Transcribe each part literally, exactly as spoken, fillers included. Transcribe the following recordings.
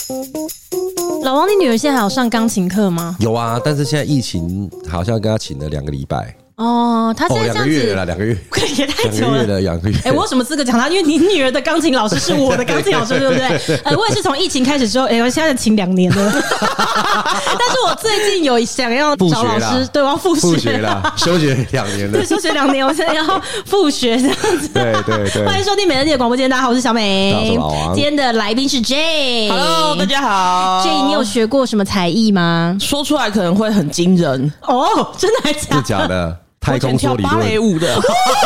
老王，你女儿现在还有上钢琴课吗？ 有啊，但是现在疫情好像跟她请了两个礼拜。 哦，他现在这样子， 哦，两个月了，两个月， 也太久了， 两个月了，两个月。 哎、欸，我有什么资格讲他？因为你女儿的钢琴老师是我的钢琴老师，对不对？呃，我也是从疫情开始之后，哎、欸，我现在请两年了。但是我最近有想要找老师，对，我要复学， 复学啦，休学两年了， 对，休学两年，我现在要复学这样子。 对对对， 欢迎收听美乐蒂的广播间，大家好，我是小美， 大家好，我是老王。 今天的来宾是 J，Hello， 大家好。 J， 你有学过什么才艺吗？ 说出来可能会很惊人哦，真的还假的？ 是假的。太空梭理论， 芭蕾舞的。哎、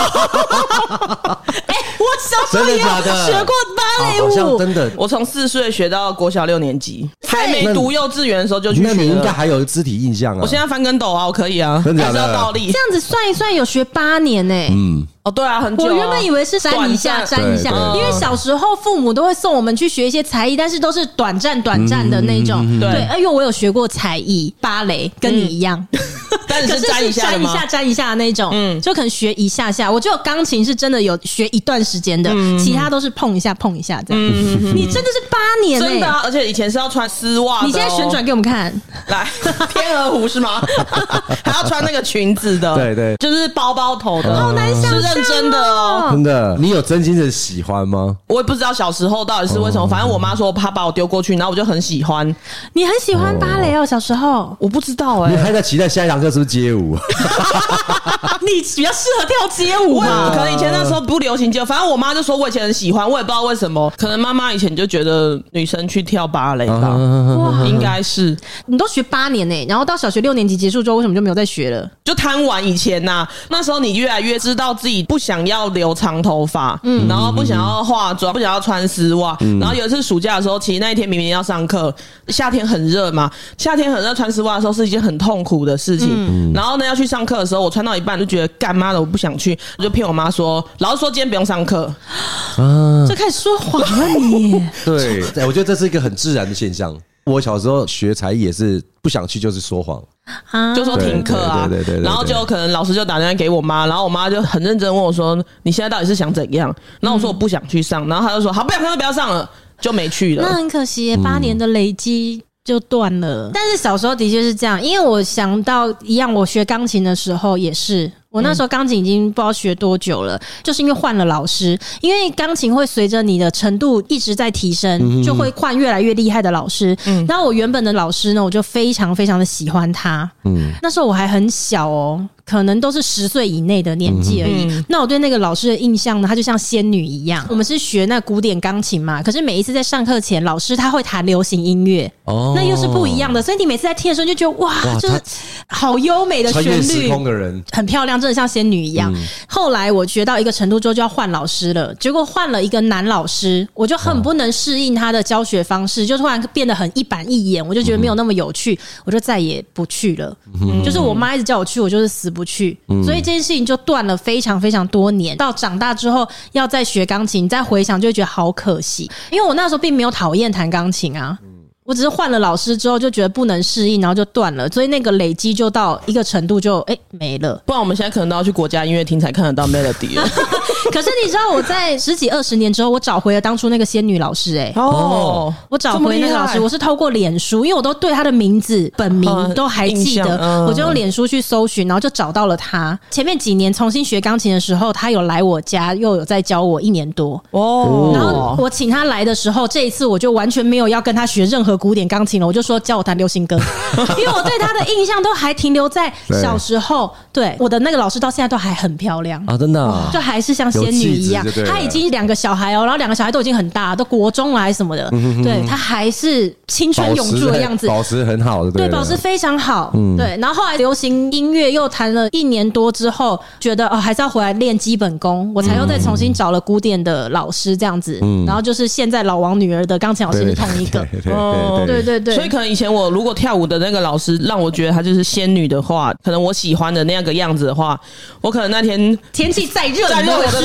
欸，我小时候也有学过芭蕾舞， 好像真的。 我从四岁学到国小六年级，还没读幼稚园的时候就去学了。 那你应该还有肢体印象啊！ 我现在翻跟斗啊，我可以啊， 真的假的？ 还是要倒立。 这样子算一算，有学八年呢、欸。嗯。 哦，对啊，很久、啊。 我原本以为是沾一下沾一下，因为小时候父母都会送我们去学一些才艺，但是都是短暂短暂的那种。嗯、对，对，因为我有学过才艺，芭蕾，跟你一样。嗯但是沾一下沾一下沾一下的那种，嗯，就可能学一下下。我就有钢琴是真的有学一段时间的，嗯、其他都是碰一下碰一下这样。嗯、你真的是八年、欸， 真的啊！而且以前是要穿丝袜的、哦。 你现在旋转给我们看， 来天鹅湖是吗？还要穿那个裙子的， 对对， 就是包包头的， 好难想象、哦， 是认真的哦， 真的。你有真心的喜欢吗？ 我也不知道小时候到底是为什么，反正我妈说她把我丢过去，然后我就很喜欢。 你很喜欢芭蕾哦，小时候我不知道哎、欸， 你还在期待下一堂课是不是街舞？ 你比较适合跳街舞吧？ 可能以前那时候不流行街舞，反正我妈就说我以前很喜欢，我也不知道为什么，可能妈妈以前就觉得女生去跳芭蕾吧，哇，应该是。 你都学八年呢、欸，然后到小学六年级结束之后，为什么就没有再学了？ 就贪玩以前呐、啊，那时候你越来越知道自己不想要留长头发，嗯，然后不想要化妆，不想要穿丝袜，嗯、然后有一次暑假的时候，其实那一天明明要上课，夏天很热嘛，夏天很热，穿丝袜的时候是一件很痛苦的事情，嗯、然后呢要去上课的时候，我穿到一半就觉得干妈的我不想去，我就骗我妈说，老师说今天不用上课， 啊，就开始说谎了你。 对，我觉得这是一个很自然的现象。我小时候学才艺也是不想去，就是说谎。 啊、就说停课啊，对对 对, 对, 对, 对，然后就可能老师就打电话给我妈，然后我妈就很认真问我说：“你现在到底是想怎样？”然后我说我不想去上，然后她就说：“好，不想上就不要上了。”就没去了。 那很可惜耶，八年的累积就断了。嗯、但是小时候的确是这样，因为我想到一样，我学钢琴的时候也是。我那时候钢琴已经不知道学多久了，就是因为换了老师，因为钢琴会随着你的程度一直在提升，就会换越来越厉害的老师。嗯，然后我原本的老师呢，我就非常非常的喜欢他。嗯，那时候我还很小哦，可能都是十岁以内的年纪而已。嗯、那我对那个老师的印象呢，他就像仙女一样。我们是学那古典钢琴嘛，可是每一次在上课前，老师他会弹流行音乐，哦，那又是不一样的，所以你每次在听的时候就觉得哇，哇就是好优美的旋律， 穿越时空的人很漂亮。真的像仙女一样。嗯、后来我学到一个程度之后就要换老师了，结果换了一个男老师，我就很不能适应他的教学方式，就突然变得很一板一眼，我就觉得没有那么有趣，嗯、我就再也不去了。嗯、就是我妈一直叫我去，我就是死不去，嗯、所以这件事情就断了非常非常多年。到长大之后要再学钢琴，再回想就会觉得好可惜，因为我那时候并没有讨厌弹钢琴啊。我只是换了老师之后就觉得不能适应，然后就断了，所以那个累积就到一个程度就哎、欸、没了。 不然我们现在可能都要去国家音乐厅才看得到 Melody 了。 可是你知道我在十几二十年之后，我找回了当初那个仙女老师哎、欸、 哦， 我找回那个老师，我是透过脸书，因为我都对他的名字本名都还记得，嗯、我就用脸书去搜寻，然后就找到了他。前面几年重新学钢琴的时候，他有来我家，又有在教我一年多哦。然后我请他来的时候，这一次我就完全没有要跟他学任何古典钢琴了，我就说教我弹流行歌，因为我对他的印象都还停留在小时候。对，我的那个老师到现在都还很漂亮啊，真的、啊， 就还是像仙女一样。他已经两个小孩哦，然后两个小孩都已经很大，都国中了还是什么的，嗯、对他还是青春永驻的样子， 保持很好的， 对，保持非常好。嗯、对，然后后来流行音乐又弹了一年多之后，觉得哦还是要回来练基本功，我才又再重新找了古典的老师这样子。嗯、然后就是现在老王女儿的钢琴老师是同一个。 对对 对, 对, 对对对， 所以可能以前我如果跳舞的那个老师让我觉得她就是仙女的话，可能我喜欢的那样个样子的话，我可能那天天气再热， 再热我的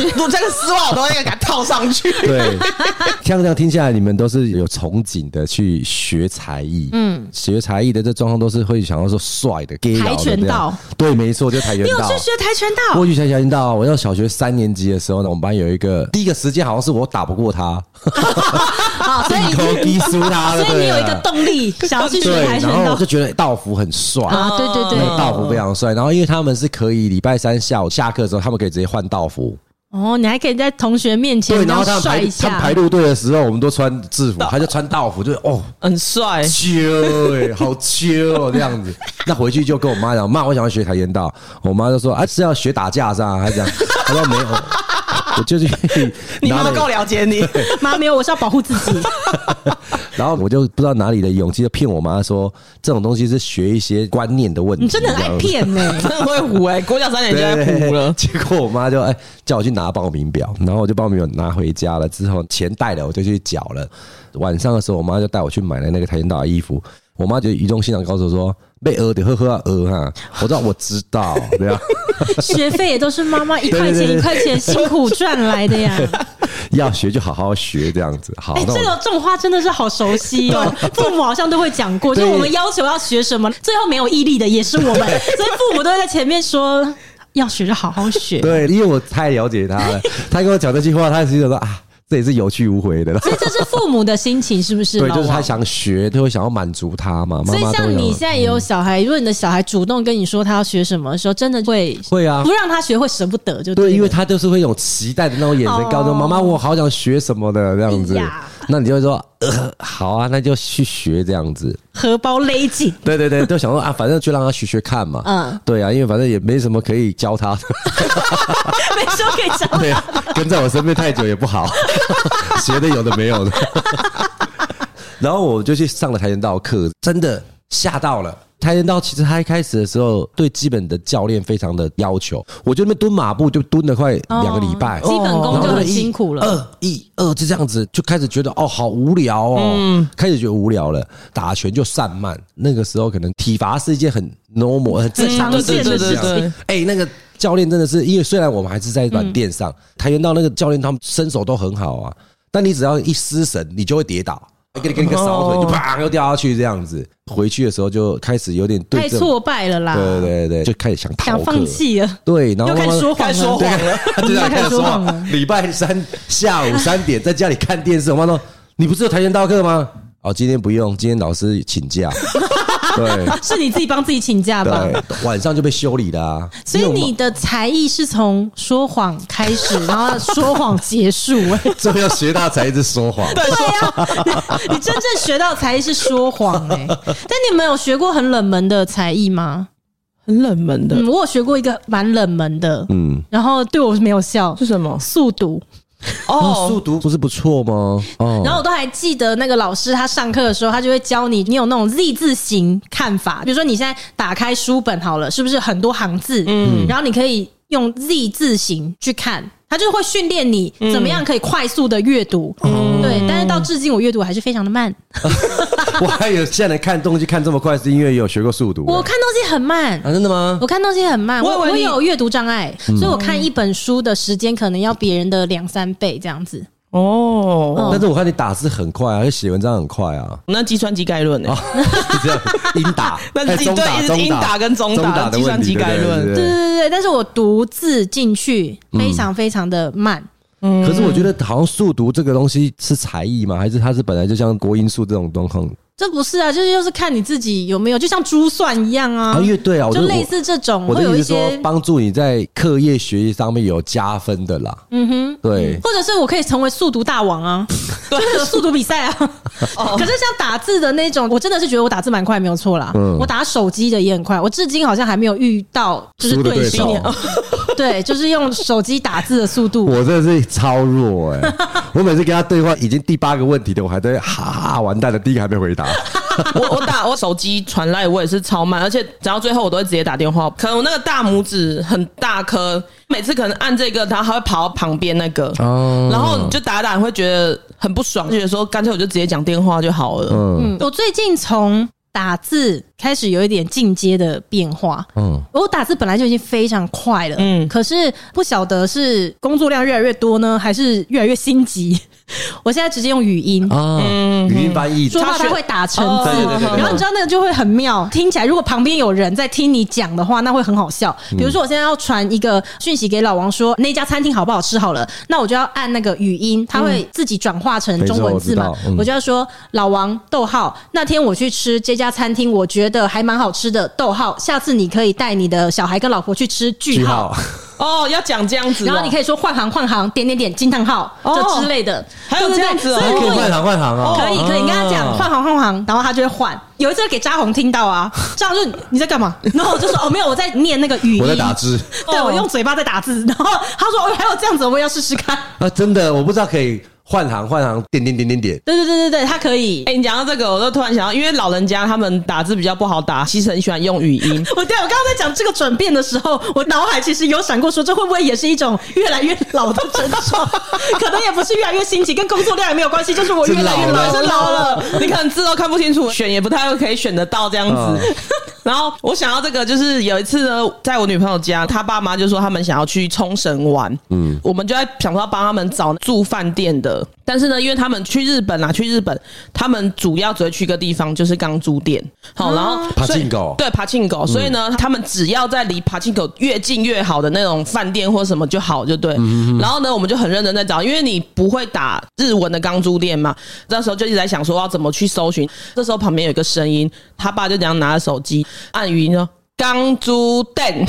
我这个丝袜我都会给它套上去。 对，像这样听下来，你们都是有憧憬的去学才艺，嗯，学才艺的这状况都是会想要说帅的， 跆拳道， 对，没错，就跆拳道。 你有去学跆拳道？ 我去学跆拳道。我到小学三年级的时候呢，我们班有一个第一个时间好像是我打不过他， 好，所以你输他了， 所以你有一个动力想要去学跆拳道， 然后我就觉得道服很帅啊，对对对， 道服非常帅。然后因为他们是可以礼拜三下午下课的时候，他们可以直接换道服。 哦，你还可以在同学面前对，然后他们排他们排路队的时候，我们都穿制服，他就穿道服，就哦， 很帅， 秋哎，好秋哦这样子。那回去就跟我妈讲，妈，我想要学跆拳道。我妈就说，啊，是要学打架是吧？还是这样？她说没有，我就去。 你妈妈够了解你， 妈没有，我是要保护自己。 然后我就不知道哪里的勇气，就骗我妈说这种东西是学一些观念的问题。 你真的很爱骗呢、欸， 真的会唬哎、欸！国小三年就在唬了。 结果我妈就哎、欸、叫我去拿报名表，然后我就报名表拿回家了，之后钱带了我就去缴了。晚上的时候，我妈就带我去买了那个跆拳道的衣服。我妈就语重心长告诉我说：“被讹的，呵呵啊讹哈。”我知道，我知道，对啊。 学费也都是妈妈一块钱一块钱辛苦赚来的呀。 要学就好好学，这样子。好， 哎、欸，这个这种话真的是好熟悉哦。父母好像都会讲过，就我们要求要学什么，最后没有毅力的也是我们，所以父母都会在前面说要学就好好学。 对，因为我太了解他了，他跟我讲这句话，他其实说啊。这也是有去无回的， 所以这是父母的心情，是不是？ 对，就是他想学，他会想要满足他嘛。 所以像你现在也有小孩，嗯、如果你的小孩主动跟你说他要学什么的时候，真的会会啊， 不让他学会舍不得就对, 对，因为他就是会有期待的那种眼神，告诉妈妈我好想学什么的这样子。哎、那你就会说、呃、好啊，那就去学这样子， 荷包勒紧。 对对对，就想说啊，反正就让他学学看嘛。嗯，对啊，因为反正也没什么可以教他的， 没什么可以教他。 对啊，跟在我身边太久也不好。学的有的没有的，然后我就去上了跆拳道课，真的吓到了。跆拳道其实他一开始的时候对基本的教练非常的要求，我就那边蹲马步就蹲了快两个礼拜、 哦，基本功就很辛苦了。 二一二就这样子，就开始觉得哦好无聊哦，嗯、开始觉得无聊了。打拳就散漫，那个时候可能体罚是一件很 normal 很正常的事情。对对对对，哎、欸，那个教练真的是，因为虽然我们还是在软垫上，跆拳道那个教练他们身手都很好啊，但你只要一失神，你就会跌倒。给你给你个扫腿，就啪又掉下去这样子。回去的时候就开始有点对太挫败了啦。 对对对，就开始想逃课， 想放弃了。 对，然后又开始说谎了， 说谎了， 就开始说谎了。礼拜三下午三点在家里看电视，我妈说：“你不是有跆拳道课吗？”哦，今天不用，今天老师请假。对， 是你自己帮自己请假吧？ 对，晚上就被修理了啊。 所以你的才艺是从说谎开始，然后说谎结束、欸。 最后要学到才艺是说谎。 对啊，你真正学到才艺是说谎哎、欸。但你们有学过很冷门的才艺吗？ 很冷门的， 嗯，我有学过一个蛮冷门的，嗯，然后对我没有效， 是什么？ 速读。 哦，速读不是不错吗？哦， 然后我都还记得那个老师他上课的时候，他就会教你，你有那种 Z 字形看法，比如说你现在打开书本好了，是不是很多行字？嗯，然后你可以用 Z 字形去看。他就会训练你怎么样可以快速的阅读，嗯、对。但是到至今我阅读还是非常的慢。 我还有现在看东西看这么快，是因为有学过速读。 我看东西很慢啊，真的吗？ 我看东西很慢，我我有阅读障碍，嗯、所以我看一本书的时间可能要别人的两三倍这样子。 哦，但是我看你打字很快啊，写文章很快啊。 那计算机概论呢？ 是这样，英打， 那是对英打跟中打计算机概论， 对对对对。但是我读字进去非常非常的慢。 嗯，可是我觉得好像速读这个东西是才艺吗？还是它是本来就像国音速这种状况？ 这不是啊，就是就是看你自己有没有，就像珠算一样啊。 啊，因为对啊， 就类似这种， 我的意思是说帮助你在课业学习上面有加分的啦。嗯哼，对， 或者是我可以成为速读大王啊，就是有速读比赛啊。可是像打字的那种，我真的是觉得我打字蛮快，没有错啦。嗯，我打手机的也很快，我至今好像还没有遇到就是对手。对，就是用手机打字的速度， 我真的是超弱哎、欸！我每次跟他对话，已经第八个问题了，我还在哈哈完蛋了，第一个还没回答。 我我打我手机传来，我也是超慢，而且只要最后我都会直接打电话。可能我那个大拇指很大颗，每次可能按这个，然后还会跑到旁边那个，哦、然后你就打打，你会觉得很不爽，就觉得说干脆我就直接讲电话就好了。嗯， 我最近从打字开始有一点进阶的变化。嗯，我打字本来就已经非常快了，嗯，可是不晓得是工作量越来越多呢，还是越来越心急。我现在直接用语音， 啊、嗯，语音翻译， 说话它会打成字， 哦、对对对对， 然后你知道那个就会很妙，听起来如果旁边有人在听你讲的话，那会很好笑。比如说我现在要传一个讯息给老王说那家餐厅好不好吃好了，那我就要按那个语音，它会自己转化成中文字嘛，嗯、我, 我就要说老王逗号那天我去吃这家餐厅，我觉得还蛮好吃的逗号，下次你可以带你的小孩跟老婆去吃句号。 哦，要讲这样子、哦， 然后你可以说换行换行点点点惊叹号这、哦、之类的， 还有这样子哦， 还可以换行换行哦， 可以可以，你跟他讲换行换行，然后他就会换。有一次给扎红听到啊，扎红就你在干嘛？然后我就说哦没有，我在念那个语音， 我在打字， 对、哦、我用嘴巴在打字。然后他说哦还有这样子，我也要试试看。 啊，真的我不知道可以。换行换行点点点点点， 对对对对对，他可以。 哎、欸，你讲到这个，我就突然想到，因为老人家他们打字比较不好打，其实很喜欢用语音。 我对我刚刚在讲这个转变的时候，我脑海其实有闪过说，这会不会也是一种越来越老的症状？可能也不是越来越心急，跟工作量也没有关系，就是我越来越老是老了，你可能字都看不清楚，选也不太可以选得到这样子。嗯然后我想到这个，就是有一次呢，在我女朋友家，她爸妈就说他们想要去冲绳玩，嗯，我们就在想说要帮他们找住饭店的，但是呢，因为他们去日本啦，去日本，他们主要只会去一个地方，就是钢珠店，好，然后爬进狗， 对，爬进狗，所以呢，他们只要在离爬进狗越近越好的那种饭店或什么就好，就对。嗯、然后呢，我们就很认真在找，因为你不会打日文的钢珠店嘛，那时候就一直在想说要怎么去搜寻。这时候旁边有一个声音，他爸就这样拿着手机。按语音说钢珠店，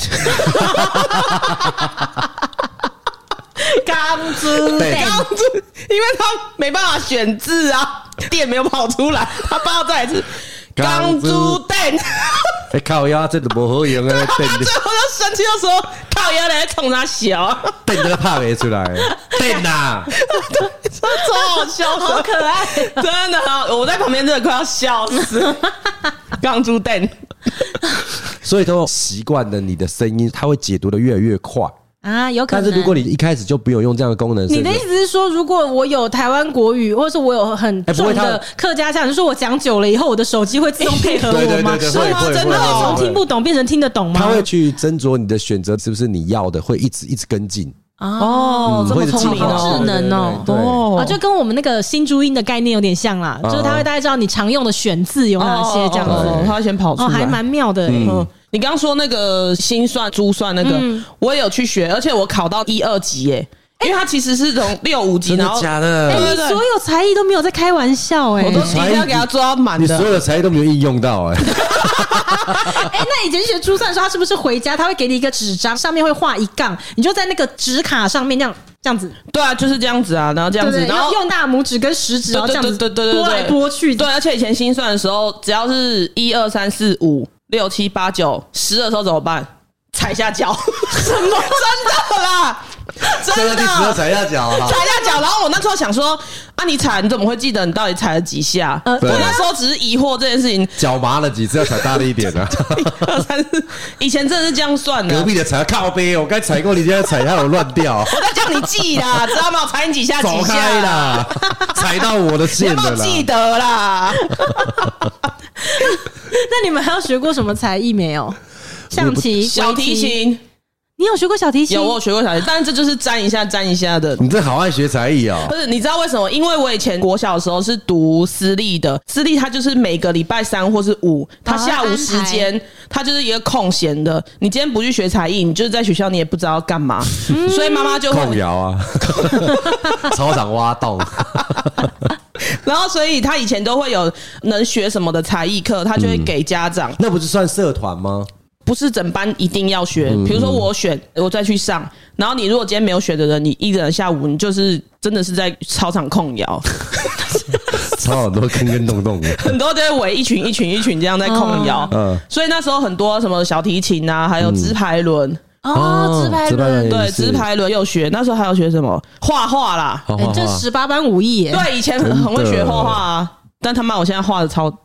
钢珠店，钢珠，因为他没办法选字啊，店没有跑出来，他爸要再来一次钢珠店。 哎、欸，靠腰，这都不好用啊！ 他最后就生气就说：“靠腰来冲他小， 店都拍不出来，店呐， 超好笑， 好可爱， 真的好，我在旁边真的快要笑死。”钢珠店。 所以都习惯了你的声音，它会解读的越来越快啊，有可能。 但是如果你一开始就不用用这样的功能， 你的意思是说，如果我有台湾国语，或者是我有很重的客家腔，就是我讲久了以后，我的手机会自动配合我吗？ 所以它真的会从听不懂变成听得懂吗？ 它会去斟酌你的选择是不是你要的，会一直一直跟进。 哦， 嗯、 这么聪明哦，智能哦，哦、啊，就跟我们那个新注音的概念有点像啦，哦、就是它会大概知道你常用的选字有哪些这样子， 哦、它会先跑出来， 哦，还蛮妙的、欸。嗯，嗯你刚刚说那个心算、珠算那个，嗯、我也有去学，而且我考到一二级耶、欸，因为它其实是从六五级， 真的假的？ 哎、欸，你所有才艺都没有在开玩笑哎、欸， 我都一定要给它做到满的， 你所有的才艺都没有应用到哎、欸。 哎、欸，那以前学珠算的时候，他是不是回家他会给你一个纸张，上面会画一杠，你就在那个纸卡上面这样这样子？ 对啊，就是这样子啊，然后这样子， 对对， 然后用大拇指跟食指，然后这样子拨来拨去。 对，而且以前心算的时候，只要是一二三四五六七八九十的时候怎么办？踩下脚，什么？真的啦，真的， 第十踩下脚， 踩下脚。然后我那时候想说，啊，你踩，你怎么会记得你到底踩了几下？呃、我那时候只是疑惑这件事情， 脚麻了几次，要踩大力一点啊。 一二三四，以前真的是这样算的。 隔壁的踩靠背，我刚踩过，你现在踩还有乱掉。 我在叫你记啦，知道吗？我踩你几下，几下走开啦，踩到我的线了啦。 有没有记得啦？ 那你们还有学过什么才艺没有？象棋、 小提琴， 你有学过小提琴？ 有，我有学过小提琴，但是这就是沾一下沾一下的。 你这好爱学才艺哦！ 不是，你知道为什么？因为我以前国小的时候是读私立的，私立它就是每个礼拜三或是五，它下午时间它就是一个空闲的。你今天不去学才艺，你就是在学校你也不知道要干嘛，嗯、所以妈妈就会控窑啊，操场挖洞。 然后，所以他以前都会有能学什么的才艺课，他就会给家长。嗯、 那不是算社团吗？ 不是整班一定要学，比如说我选，我再去上。然后你如果今天没有学的人，你一个人下午你就是真的是在操场控窑， 操很多坑坑洞洞的， 很多都会围一群一群一群这样在控窑。嗯，所以那时候很多什么小提琴啊，还有直排轮。 哦，直排轮， 对，直排轮又学。那时候还要学什么画画啦， 哎、欸，这十八般武艺耶。 对，以前很很会学画画啊。但他妈，我现在画的超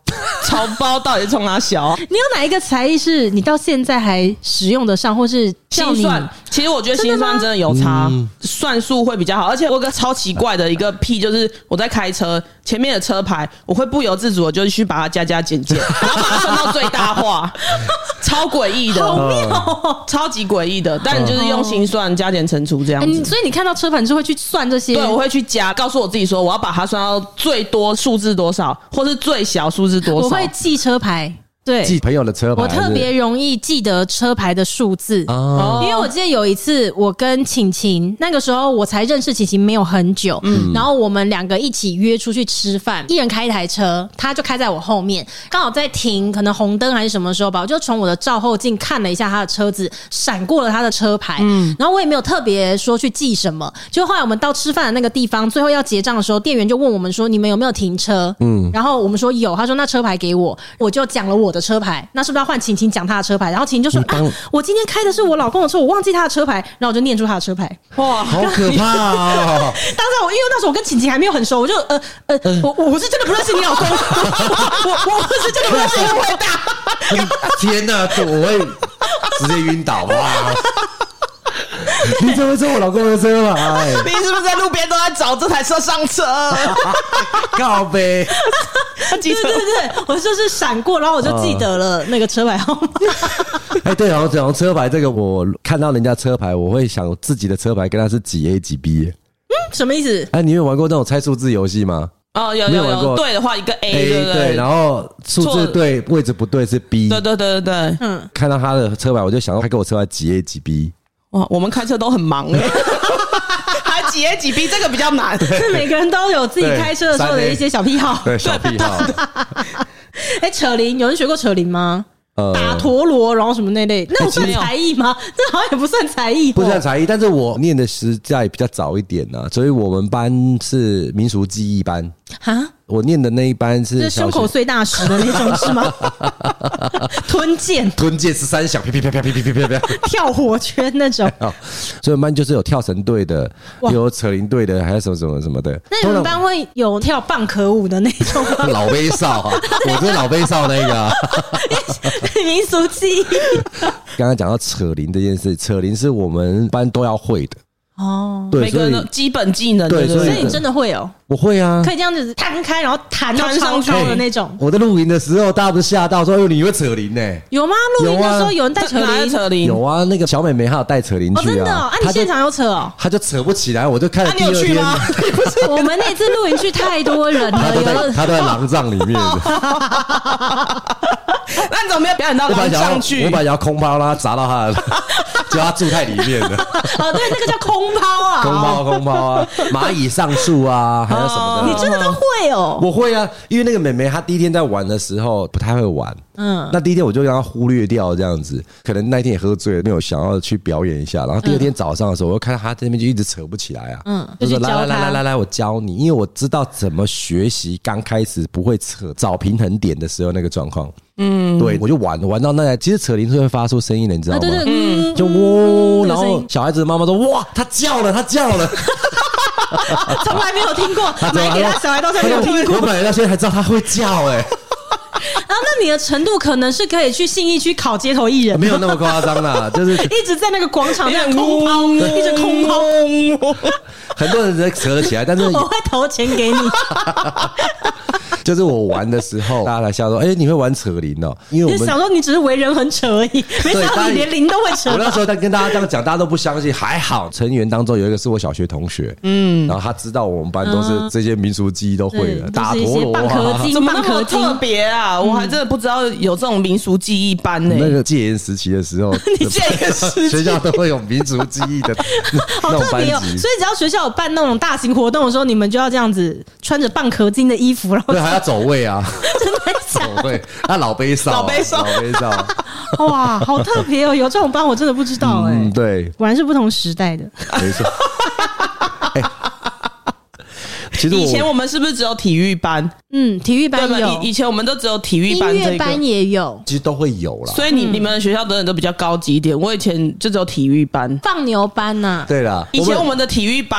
草包到底是冲他小？ 你有哪一个才艺是你到现在还使用得上，或是叫你心算？其实我觉得心算真的有差，嗯、算术会比较好。而且我有个超奇怪的一个癖，就是我在开车，前面的车牌我会不由自主的就去把它加加减减，然后把它算到最大化，超诡异的， 好妙、哦， 超级诡异的。但就是用心算加减乘除这样子、 欸。所以你看到车牌，你是会去算这些？ 对，我会去加，告诉我自己说，我要把它算到最多数字多少，或是最小数字多少。 我会记车牌。对， 记朋友的车牌， 我特别容易记得车牌的数字哦，因为我记得有一次我跟晴晴，那个时候我才认识晴晴没有很久，嗯，然后我们两个一起约出去吃饭，一人开一台车，他就开在我后面，刚好在停可能红灯还是什么时候吧，我就从我的照后镜看了一下他的车子，闪过了他的车牌，嗯，然后我也没有特别说去记什么，就后来我们到吃饭的那个地方，最后要结账的时候，店员就问我们说你们有没有停车，嗯，然后我们说有，他说那车牌给我，我就讲了我的车牌，那是不是要换晴晴讲他的车牌？然后晴晴就说啊，我今天开的是我老公的车，我忘记他的车牌，然后我就念出他的车牌。 哇，好可怕哦！ 当然我因为那时候我跟晴晴还没有很熟，我就呃呃，我我是真的不认识你老公，我我我是真的不认识你回答。 天哪，我会直接晕倒哇！你怎么会坐我老公的车牌？ 你是不是在路边都在找这台车上车？ 告呗！ 对对对，我就是闪过，然后我就记得了那个车牌号码。 哎，对哦，讲车牌这个，我看到人家车牌，我会想自己的车牌跟他是几 A 几 B。 嗯，什么意思？ 哎，你有玩过那种猜数字游戏吗？ 哦，有有有，对的话一个 A， A 对不对？ 对，然后数字对，位置不对是 B。 对对对对对， 嗯，看到他的车牌，我就想到他跟我车牌几 A 几 B。 哇，我们开车都很忙哎、欸，还几 A 几 B， 这个比较难。 是每个人都有自己开车的时候的一些小癖好， 对小癖好。 哎，扯铃，有人学过扯铃吗？呃、打陀螺，然后什么那类，那种算才艺吗？这好像也不算才艺， 不算才艺。但是我念的时代比较早一点啊，所以我们班是民俗技艺班。哈，我念的那一班是是胸口碎大石的那种是吗？吞剑， 吞剑十三响，啪啪啪啪啪啪啪啪， 跳火圈那种。 所以我们班就是有跳绳队的，有扯铃队的，还有什么什么什么的。 那你们班会有跳蚌壳舞的那种吗？ 老杯少啊，我是老杯少那个啊。 民俗技艺。 刚刚讲到扯铃这件事，扯铃是我们班都要会的。 哦， 对， 每个人的基本技能， 对， 所以你真的会哦？ 我会啊， 可以这样子摊开，然后弹到超高的那种。 我在露营的时候，大家不是吓到说：“哎呦，你会扯铃呢？” 有吗？露营的时候有人带扯铃？ 扯铃有啊，那个小妹妹她有带扯铃去啊。 哦，真的哦？啊，你现场有扯哦？ 她就扯不起来，我就看了第二天。 你有去吗？ 我们那次露营去太多人了，有她都在廊帐里面的。 那你怎么没有表演到廊上去？ 我本来想要空抛，让她砸到她的，叫她住太里面了。 哦，对，那个叫空抛啊， 空抛空抛啊，蚂蚁上树啊，还有什么的？ 你真的都会哦？ 我会啊，因为那个妹妹她第一天在玩的时候不太会玩，嗯，那第一天我就让她忽略掉这样子，可能那天也喝醉了，没有想要去表演一下。然后第二天早上的时候，我又看到她这边就一直扯不起来啊，嗯，就说来来来来来来，我教你，因为我知道怎么学习，刚开始不会扯，找平衡点的时候那个状况。嗯，对，我就玩玩到那，其实扯铃是会发出声音的，你知道吗？ 对对对，嗯， 就喔，然后小孩子的妈妈说：“哇，他叫了，他叫了。” 从来没有听过，买给他小孩到现在没有听过。 我买到现在还知道他会叫哎、欸。 然后，那你的程度可能是可以去信义区考街头艺人， 没有那么夸张啦，就是一直在那个广场在空抛，一直空抛， 很多人在扯得起来，但是我会投钱给你。 就是我玩的时候，大家来笑说：“哎、欸，你会玩扯铃哦？”因为我们想说你只是为人很扯而已，没想到你连铃都会扯。 我那时候在跟大家这样讲，大家都不相信。还好成员当中有一个是我小学同学，嗯，然后他知道我们班都是这些民俗技艺都会了，嗯、打陀螺啊， 怎么那么特别啊？我还真的不知道有这种民俗技艺班呢、欸。 那个戒严时期的时候， 你戒严时期学校都会有民俗技艺的那种班级、哦， 所以只要学校有办那种大型活动的时候，你们就要这样子穿着蚌壳精的衣服，然后对还要走位啊。 真的假的？ 走位，他老杯少、啊， 老杯少， 老杯少。 哇，好特别哦！有这种班我真的不知道哎、欸嗯。对， 果然是不同时代的。 没错。欸、其实以前我们是不是只有体育班？ 嗯，体育班有。 以前我们都只有体育班、这個， 音乐班也有， 其实都会有啦。 所以你、嗯、你们学校的人都比较高级一点。我以前就只有体育班、 放牛班呐、啊。 对啦， 以前我们的体育班。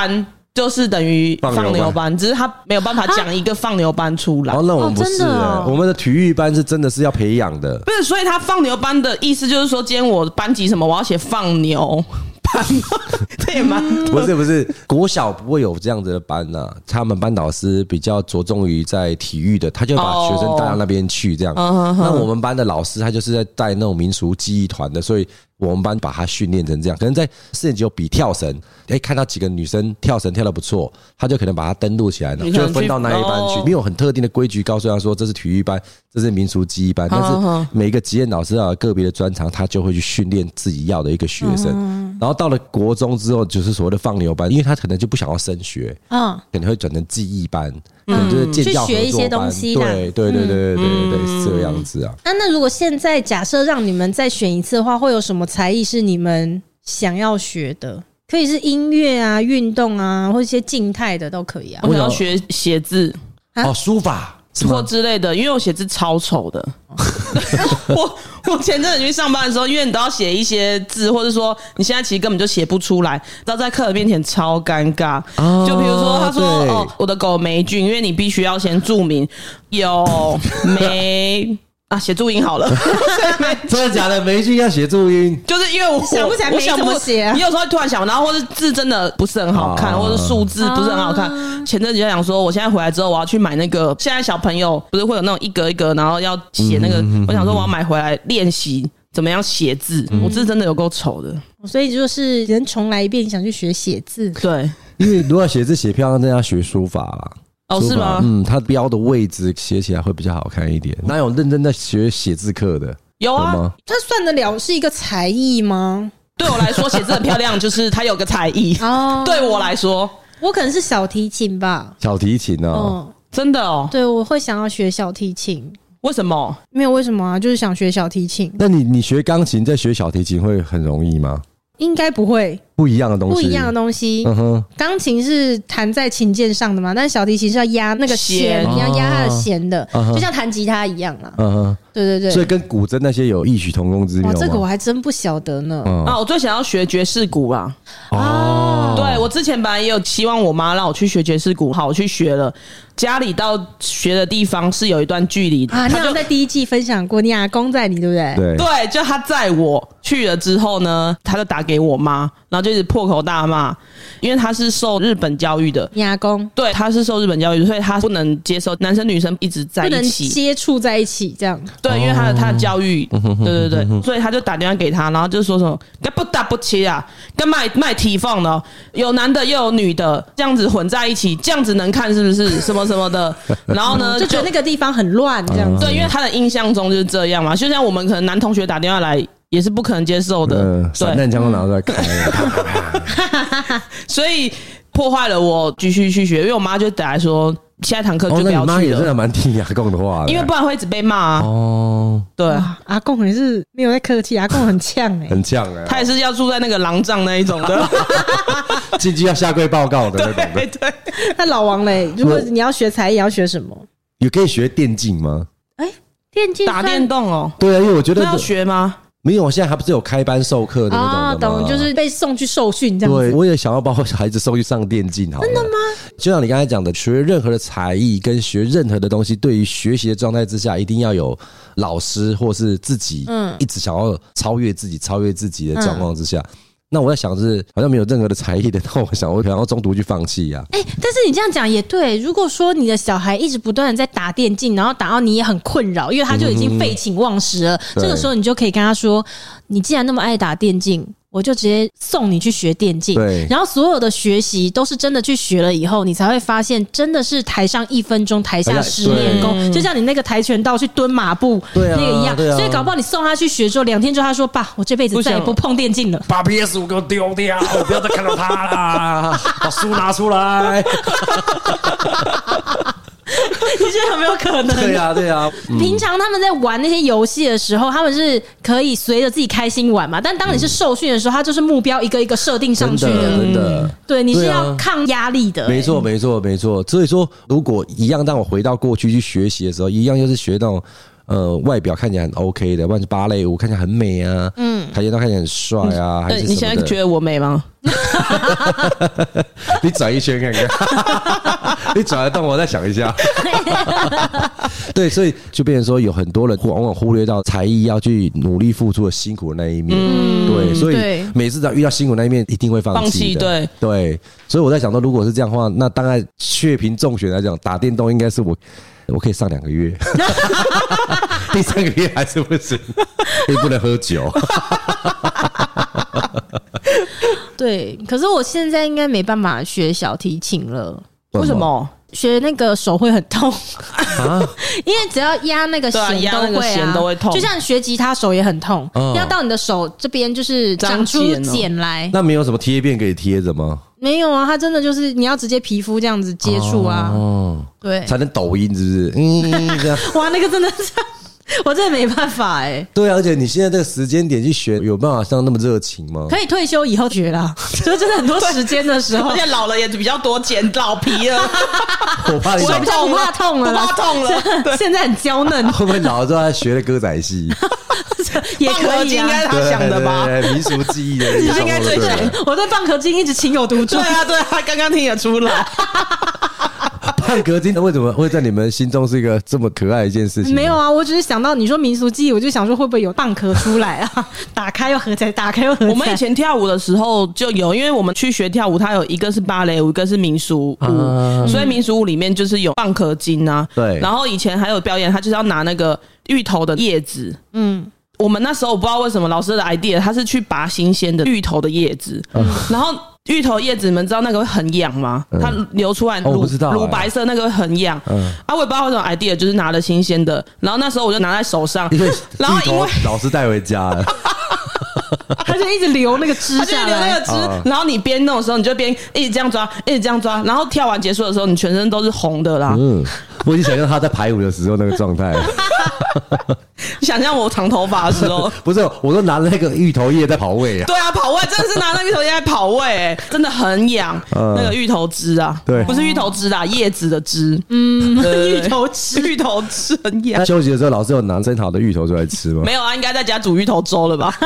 就是等于放牛班，只是他没有办法讲一个放牛班出来。 哦，那我们不是、欸哦哦，我们的体育班是真的是要培养的。 不是，所以他放牛班的意思就是说，今天我班级什么，我要写放牛班，这也蛮不是不是，国小不会有这样子的班呐、啊，他们班导师比较着重于在体育的，他就把学生带到那边去这样。哦、那我们班的老师他就是在带那种民俗技艺团的，所以我们班把他训练成这样。可能在四年级有比跳绳，哎、欸，看到几个女生跳绳跳得不错，他就可能把他登录起来了，就分到那一班去。没有很特定的规矩告诉他说这是体育班，这是民俗技艺班，但是每一个级任老师要有个别的专长，他就会去训练自己要的一个学生。然后到了国中之后，就是所谓的放牛班，因为他可能就不想要升学，嗯，可能会转成技艺班，可能就是建教合作班， 去学一些东西啦。 对对对对对对对，是这个样子啊。 那那如果现在假设让你们再选一次的话，会有什么才艺是你们想要学的？可以是音乐啊、运动啊，或一些静态的都可以啊。 我想要学写字， 哦，书法。 或之类的，因为我写字超丑的。我我前阵子去上班的时候，因为你都要写一些字，或者说你现在其实根本就写不出来，然后在客人面前超尴尬。哦、就比如说，他说：“哦，我的狗霉菌，因为你必须要先注明有霉。”啊，写注音好了， 真的假的？霉菌要写注音， 就是因为我想不起来没怎么写、啊。 你有时候会突然想，然后或是字真的不是很好看，啊、或者数字不是很好看。啊、前阵子就想说，我现在回来之后，我要去买那个。现在小朋友不是会有那种一格一格，然后要写那个。嗯、我想说，我要买回来练习怎么样写字。嗯、我字真的有够丑的， 所以就是人重来一遍，想去学写字。 对， 因为如果写字写漂亮，真的要学书法啦。 哦，是吗？ 嗯，它标的位置写起来会比较好看一点。哪有认真在学写字课的？ 有啊，有它算得了是一个才艺吗？ 对我来说，写字很漂亮，就是它有个才艺。哦，对我来说， 我可能是小提琴吧。 小提琴哦， 嗯、真的哦。 对，我会想要学小提琴。 为什么？ 没有为什么啊，就是想学小提琴。 那你你学钢琴再学小提琴会很容易吗？ 应该不会， 不一样的东西， 不一样的东西。嗯哼，钢琴是弹在琴键上的嘛，但是小提琴是要压那个弦，你要压它的弦的，就像弹吉他一样啦。嗯哼，对对对， 所以跟古筝那些有异曲同工之妙吗？ 这个我还真不晓得呢。 嗯、啊，我最想要学爵士鼓啊。哦，对，我之前本来也有希望我妈让我去学爵士鼓，好，我去学了。家里到学的地方是有一段距离的啊，你有在第一季分享过，你阿公在你对不对？ 对对，就他载我去了之后呢，他就打给我妈，然后就一直破口大骂，因为他是受日本教育的， 你阿公对，他是受日本教育的，所以他不能接受男生女生一直在一起， 不能接触在一起这样。 对，因为他的他的教育，对对对，所以他就打电话给他，然后就说什么干不打不起啊，干卖卖体放的，有男的又有女的，这样子混在一起，这样子能看是不是？什么什么的，然后呢， 就觉得那个地方很乱，这样子。 对，因为他的印象中就是这样嘛，就像我们可能男同学打电话来也是不可能接受的， 嗯，散弹枪都拿出来开了， 所以破坏了我继续去学，因为我妈就打来说。下一堂课就不要去了。 哦，那你妈也真的蛮听阿公的话的， 因为不然会一直被骂啊。哦，对， 阿公也是没有在客气，阿公很呛哎、欸， 很呛哎、欸， 他也是要住在那个廊帐那一种的， 进去要下跪报告的那种的。 对对， 那老王嘞，如果你要学才艺，要学什么？ 也可以学电竞吗？ 哎、欸，电竞打电动哦。 对啊，因为我觉得那要学吗？ 没有，现在还不是有开班授课的那种的吗？ 啊，懂，就是被送去受训这样子。 对，我也想要把我小孩子送去上电竞，好了。 真的吗？ 就像你刚才讲的，学任何的才艺跟学任何的东西，对于学习的状态之下，一定要有老师或是自己，嗯，一直想要超越自己、超越自己的状况之下。嗯，那我在想是好像没有任何的才艺的，那我想我可能要中途去放弃呀、啊。 哎、欸，但是你这样讲也对。如果说你的小孩一直不断的在打电竞，然后打到你也很困扰，因为他就已经废寝忘食了、嗯，这个时候你就可以跟他说：“你既然那么爱打电竞，我就直接送你去学电竞。”对，然后所有的学习都是真的去学了以后，你才会发现真的是台上一分钟，台下十年功。就像你那个跆拳道去蹲马步，对、啊、那个一样。啊、所以搞不好你送他去学之后，两天之后他说：“爸，我这辈子再也不碰电竞了。” 把 P S 五 给我丢掉，我不要再看到他啦！把书拿出来。 你觉得有没有可能？ 对啊，对啊。 嗯、平常他们在玩那些游戏的时候，他们是可以随着自己开心玩嘛。但当你是受训的时候，他就是目标一个一个设定上去的， 真的。 嗯、对，你是要抗压力的、欸。 没错，没错，没错。所以说，如果一样让我回到过去去学习的时候，一样就是学那种。 呃外表看起来很 OK 的，不然是芭蕾舞看起来很美啊，嗯，跆拳道看起来很帅啊，嗯、还是什么的。 你现在觉得我美吗？ 你转一圈看看，你转得动，我再想一下。对，所以就变成说，有很多人往往忽略到才艺要去努力付出的辛苦的那一面。嗯、对，所以每次只要遇到辛苦那一面，一定会放弃的。 对对，所以我在想说，如果是这样的话，那当然确凭中选来讲，打电动应该是我。我可以上两个月，第三个月还是不行，也不能喝酒。 对，可是我现在应该没办法学小提琴了。 为什么？ 学那个手会很痛啊，因为只要压那个弦都会啊， 都会痛。 就像学吉他手也很痛，嗯、要到你的手这边就是长出茧来。 那没有什么贴片可以贴着吗？ 没有啊，它真的就是你要直接皮肤这样子接触啊，哦，对， 才能抖音是不是？嗯，这样哇，那个真的是。我真的没办法哎、欸。 对啊，而且你现在这个时间点去学，有办法像那么热情吗？ 可以退休以后学啦，就真的很多时间的时候， 而且老了也比较多茧，老皮了。 我怕你老比较不怕痛了， 不怕痛了。 现在很娇嫩， 会不会老了之后还学了歌仔戏？ 也可以啊， 应该他想的吧？ 对对对，民俗记忆的， 他应该最想。 我对蚌壳精一直情有独钟。 对啊，对啊，他刚刚听得出来。 蚌壳精为什么会在你们心中是一个这么可爱的一件事情？ 没有啊，我只是想到你说民俗记忆，我就想说会不会有蚌壳出来啊？打开又合起来，打开又合起来。 我们以前跳舞的时候就有，因为我们去学跳舞，它有一个是芭蕾舞，一个是民俗舞，啊、所以民俗舞里面就是有蚌壳精啊。 对， 然后以前还有表演，他就是要拿那个芋头的叶子，嗯。我们那时候我不知道为什么老师的 idea 他是去拔新鲜的芋头的叶子，嗯、然后芋头叶子你们知道那个会很痒吗？嗯、它流出来乳乳、哦、白色那个会很痒，嗯、啊我也不知道为什么 idea 就是拿了新鲜的，然后那时候我就拿在手上，然后因为老师带回家了。 他就一直流那个汁下来， 他就流那个汁，啊、然后你边弄的时候，你就边一直这样抓，一直这样抓，然后跳完结束的时候，你全身都是红的啦。嗯， 我已经想象他在排舞的时候那个状态。 想象我长头发的时候， 不是，我都拿了那个芋头叶在跑位啊。 对啊，跑位真的是拿那个芋头叶在跑位、欸，真的很痒。嗯、那个芋头汁啊， 对， 不是芋头汁啊，叶子的汁。 嗯，芋头汁， 芋头汁很痒。 休息的时候，老师有拿蒸好的芋头出来吃吗？ 没有啊，应该在家煮芋头粥了吧？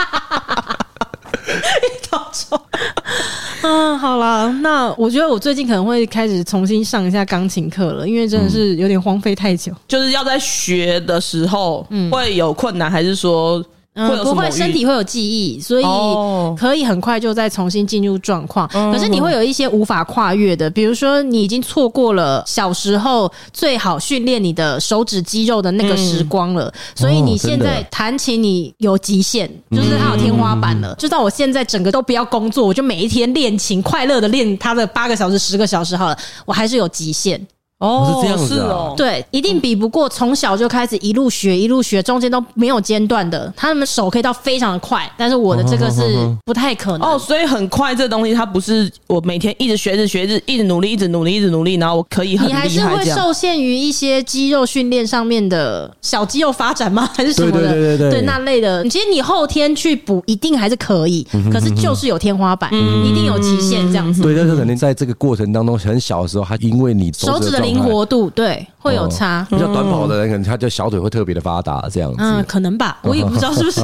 芋头粥。嗯，好啦，那我觉得我最近可能会开始重新上一下钢琴课了，因为真的是有点荒废太久。 就是要在学的时候会有困难，还是说？ 嗯，不会，身体会有记忆，所以可以很快就再重新进入状况。哦、可是你会有一些无法跨越的，比如说你已经错过了小时候最好训练你的手指肌肉的那个时光了，嗯、所以你现在弹琴你有极限，哦、就是它有天花板了。嗯、就到我现在整个都不要工作，我就每一天练琴，快乐的练它的八个小时、十个小时好了，我还是有极限。 哦，是这样子啊， 哦， 对，一定比不过从小就开始一路学一路学，中间都没有间断的，他们手可以到非常的快，但是我的这个是不太可能。 哦，所以很快这东西它不是我每天一直学一直学一直一直努力一直努力一直努力，然后我可以很厉害这样。 你还是会受限于一些肌肉训练上面的小肌肉发展吗？还是什么的？ 对对对对对， 对那类的，其实你后天去补一定还是可以，嗯、可是就是有天花板，嗯、一定有极限这样子。 对，但是肯定在这个过程当中，很小的时候，还因为你手指的灵活度，对。对，会有差。 比较短跑的人，可能他就小腿会特别的发达，这样子。 嗯，可能吧，我也不知道是不是。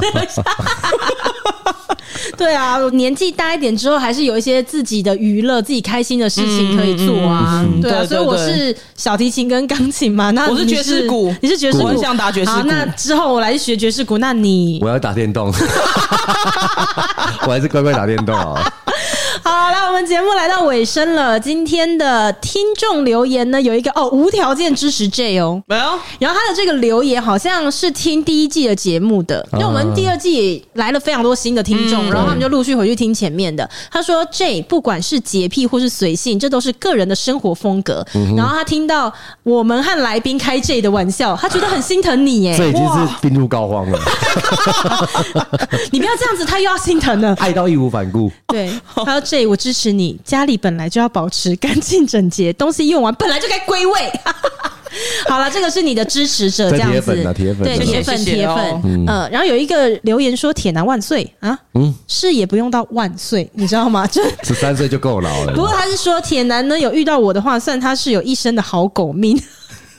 对啊，年纪大一点之后，还是有一些自己的娱乐、自己开心的事情可以做啊。嗯、对啊，对对对，所以我是小提琴跟钢琴嘛。那我是爵士鼓， 你是爵士鼓， 我想打爵士鼓。 好，那之后我来学爵士鼓，那你我要打电动，我还是乖乖打电动啊。 好，来，我们节目来到尾声了。今天的听众留言呢，有一个哦，无条件支持 J 哦， 没有。 然后他的这个留言好像是听第一季的节目的，因为我们第二季来了非常多新的听众，嗯、然后他们就陆续回去听前面的。他说 J 不管是洁癖或是随性，这都是个人的生活风格。嗯、然后他听到我们和来宾开 J 的玩笑，他觉得很心疼你耶， 这已经是病入膏肓了。 你不要这样子，他又要心疼了， 爱到义无反顾。 对，他说 J 我支持你，家里本来就要保持干净整洁，东西用完本来就该归位。好了，这个是你的支持者，这样子，铁粉啊，铁粉， 对，铁粉，铁粉。嗯、呃，然后有一个留言说：“铁男万岁啊！”嗯，是也不用到万岁，你知道吗？就十三岁就够老了。 不过他是说铁男呢，有遇到我的话，算他是有一生的好狗命。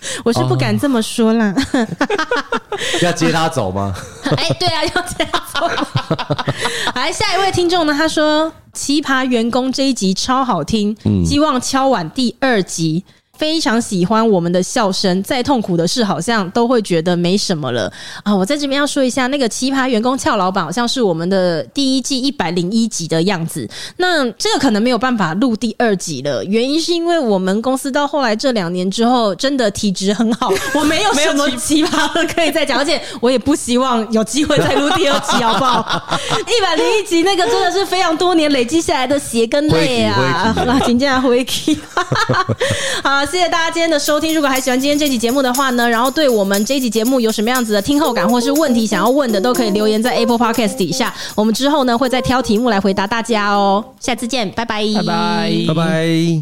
我是不敢这么说啦。 要接他走吗？ 哎，对啊，要这样走。来，下一位听众呢，他说奇葩员工这一集超好听，嗯、希望敲碗第二集。非常喜欢我们的笑声，再痛苦的事好像都会觉得没什么了啊！我在这边要说一下，那个奇葩员工俏老板好像是我们的第一季一百零一集的样子。那这个可能没有办法录第二集了，原因是因为我们公司到后来这两年之后，真的体质很好，我没有什么奇葩的可以再讲，而且我也不希望有机会再录第二集，好不好？一百零一集那个真的是非常多年累积下来的血跟泪啊！啊，请假回去。好。谢谢大家今天的收听，如果还喜欢今天这期节目的话呢，然后对我们这一期节目有什么样子的听后感或是问题想要问的，都可以留言在 Apple Podcast 底下，我们之后呢会再挑题目来回答大家哦。下次见，拜拜， 拜拜， 拜拜。